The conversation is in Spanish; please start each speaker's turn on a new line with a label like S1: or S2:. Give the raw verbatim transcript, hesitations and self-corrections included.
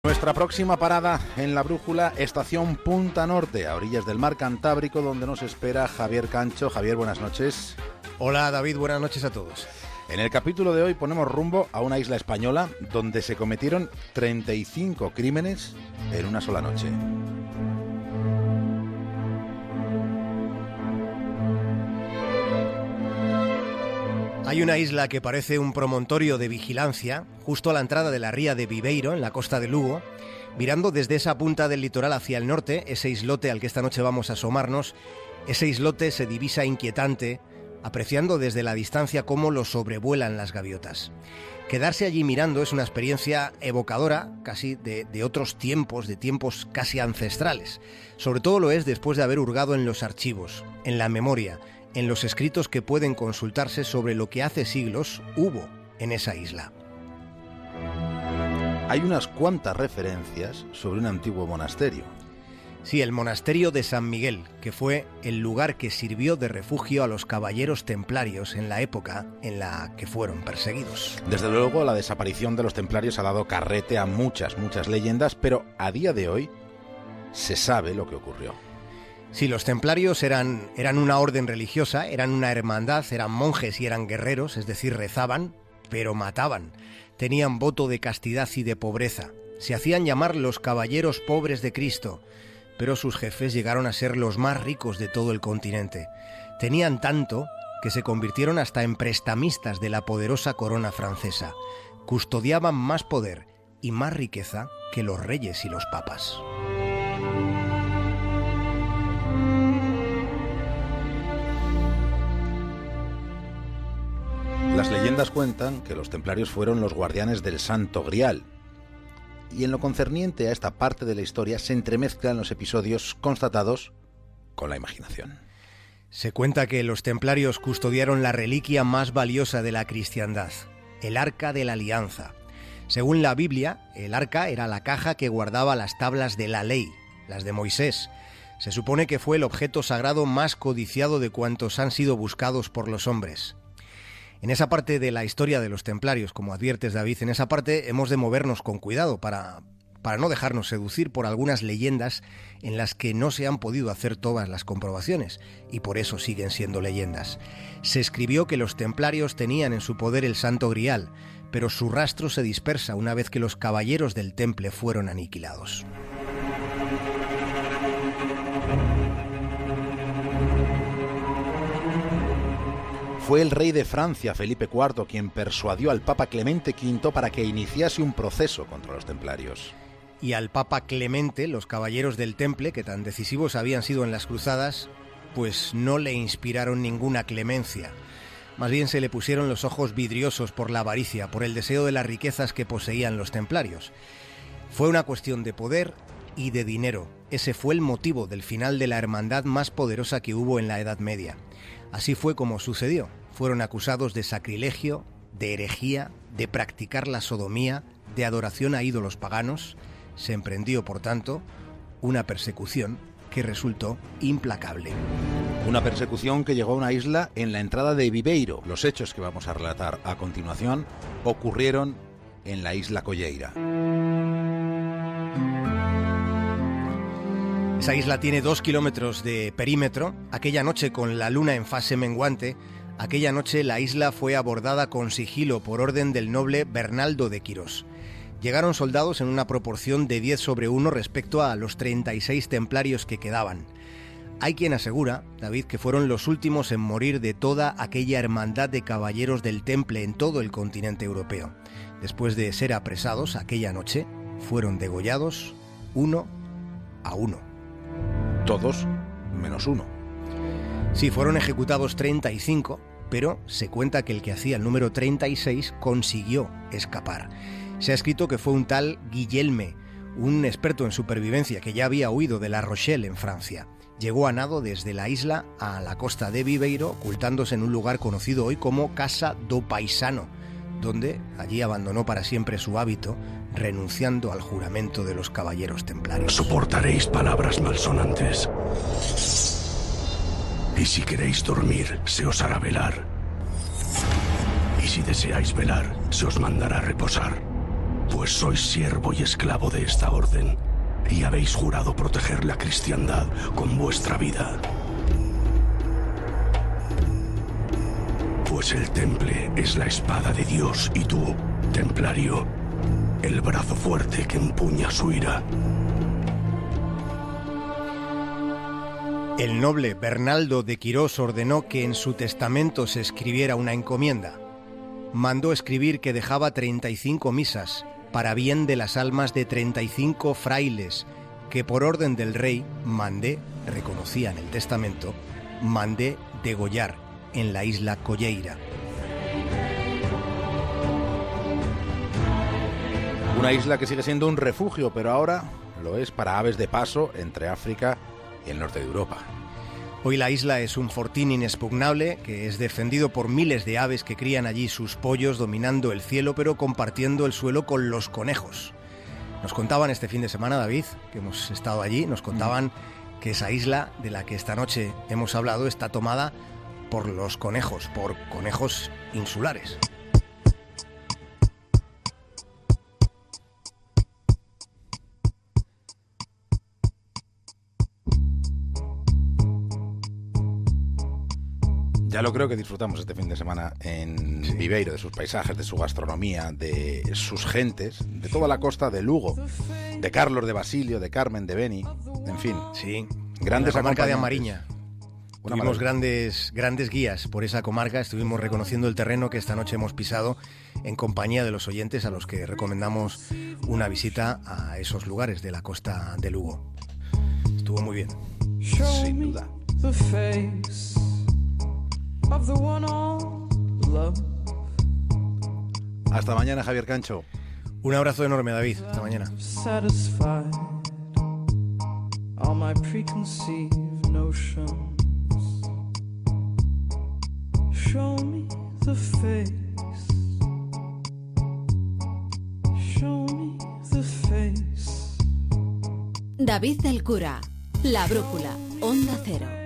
S1: Nuestra próxima parada en la brújula, estación Punta Norte, a orillas del mar Cantábrico, donde nos espera Javier Cancho. Javier, buenas noches.
S2: Hola David, buenas noches a todos.
S1: En el capítulo de hoy ponemos rumbo a una isla española donde se cometieron treinta y cinco crímenes en una sola noche.
S2: Hay una isla que parece un promontorio de vigilancia, justo a la entrada de la ría de Viveiro, en la costa de Lugo. Mirando desde esa punta del litoral hacia el norte, ese islote al que esta noche vamos a asomarnos, ese islote se divisa inquietante, apreciando desde la distancia cómo lo sobrevuelan las gaviotas. Quedarse allí mirando es una experiencia evocadora, casi de, de otros tiempos, de tiempos casi ancestrales. Sobre todo lo es después de haber hurgado en los archivos, en la memoria, en los escritos que pueden consultarse sobre lo que hace siglos hubo en esa isla.
S1: Hay unas cuantas referencias sobre un antiguo monasterio.
S2: Sí, el monasterio de San Miguel, que fue el lugar que sirvió de refugio a los caballeros templarios en la época en la que fueron perseguidos.
S1: Desde luego, la desaparición de los templarios ha dado carrete a muchas, muchas leyendas, pero a día de hoy se sabe lo que ocurrió.
S2: Sí, los templarios eran, eran una orden religiosa, eran una hermandad, eran monjes y eran guerreros, es decir, rezaban, pero mataban. Tenían voto de castidad y de pobreza. Se hacían llamar los caballeros pobres de Cristo, pero sus jefes llegaron a ser los más ricos de todo el continente. Tenían tanto que se convirtieron hasta en prestamistas de la poderosa corona francesa. Custodiaban más poder y más riqueza que los reyes y los papas.
S1: Las leyendas cuentan que los templarios fueron los guardianes del Santo Grial. Y en lo concerniente a esta parte de la historia se entremezclan los episodios constatados con la imaginación.
S2: Se cuenta que los templarios custodiaron la reliquia más valiosa de la cristiandad, el Arca de la Alianza. Según la Biblia, el arca era la caja que guardaba las tablas de la ley, las de Moisés. Se supone que fue el objeto sagrado más codiciado de cuantos han sido buscados por los hombres. En esa parte de la historia de los templarios, como adviertes David, en esa parte hemos de movernos con cuidado para, para no dejarnos seducir por algunas leyendas en las que no se han podido hacer todas las comprobaciones y por eso siguen siendo leyendas. Se escribió que los templarios tenían en su poder el Santo Grial, pero su rastro se dispersa una vez que los caballeros del Temple fueron aniquilados.
S1: Fue el rey de Francia, Felipe cuarto, quien persuadió al Papa Clemente quinto para que iniciase un proceso contra los templarios.
S2: Y al Papa Clemente, los caballeros del Temple, que tan decisivos habían sido en las cruzadas, pues no le inspiraron ninguna clemencia. Más bien se le pusieron los ojos vidriosos por la avaricia, por el deseo de las riquezas que poseían los templarios. Fue una cuestión de poder y de dinero. Ese fue el motivo del final de la hermandad más poderosa que hubo en la Edad Media. Así fue como sucedió. Fueron acusados de sacrilegio, de herejía, de practicar la sodomía, de adoración a ídolos paganos. Se emprendió, por tanto, una persecución que resultó implacable.
S1: Una persecución que llegó a una isla en la entrada de Viveiro. Los hechos que vamos a relatar a continuación ocurrieron en la isla Colleira.
S2: Esa isla tiene dos kilómetros de perímetro. Aquella noche, con la luna en fase menguante, aquella noche la isla fue abordada con sigilo por orden del noble Bernaldo de Quirós. Llegaron soldados en una proporción de diez sobre uno respecto a los treinta y seis templarios que quedaban. Hay quien asegura, David, que fueron los últimos en morir de toda aquella hermandad de caballeros del Temple en todo el continente europeo. Después de ser apresados aquella noche, fueron degollados uno a uno.
S1: Todos menos uno.
S2: Sí, fueron ejecutados treinta y cinco, pero se cuenta que el que hacía el número treinta y seis consiguió escapar. Se ha escrito que fue un tal Guillelme, un experto en supervivencia que ya había huido de La Rochelle en Francia. Llegó a nado desde la isla a la costa de Viveiro, ocultándose en un lugar conocido hoy como Casa do Paisano, donde allí abandonó para siempre su hábito, renunciando al juramento de los caballeros templarios.
S3: Soportaréis palabras malsonantes. Y si queréis dormir, se os hará velar. Y si deseáis velar, se os mandará reposar. Pues sois siervo y esclavo de esta orden, y habéis jurado proteger la cristiandad con vuestra vida. Pues el temple es la espada de Dios y tú, templario, el brazo fuerte que empuña su ira.
S2: El noble Bernaldo de Quirós ordenó que en su testamento se escribiera una encomienda. Mandó escribir que dejaba treinta y cinco misas para bien de las almas de treinta y cinco frailes que por orden del rey mandé, reconocía en el testamento, mandé degollar en la isla Colleira.
S1: Una isla que sigue siendo un refugio, pero ahora lo es para aves de paso entre África y el norte de Europa.
S2: Hoy la isla es un fortín inexpugnable que es defendido por miles de aves que crían allí sus pollos dominando el cielo pero compartiendo el suelo con los conejos. Nos contaban este fin de semana, David, que hemos estado allí, nos contaban que esa isla de la que esta noche hemos hablado está tomada por los conejos, por conejos insulares.
S1: Ya lo creo que disfrutamos este fin de semana en sí. Viveiro, de sus paisajes, de su gastronomía, de sus gentes, de toda la costa de Lugo, de Carlos, de Basilio, de Carmen, de Beni, en fin.
S2: Sí,
S1: grandes
S2: la comarca de Amariña.
S1: Una
S2: Tuvimos grandes, grandes guías por esa comarca, estuvimos reconociendo el terreno que esta noche hemos pisado en compañía de los oyentes a los que recomendamos una visita a esos lugares de la costa de Lugo. Estuvo muy bien.
S1: Sin duda. Hasta mañana, Javier Cancho.
S2: Un abrazo enorme, David. Hasta mañana.
S4: Show me the face. Show me the face.
S5: David del Cura, La Brújula, Onda Cero.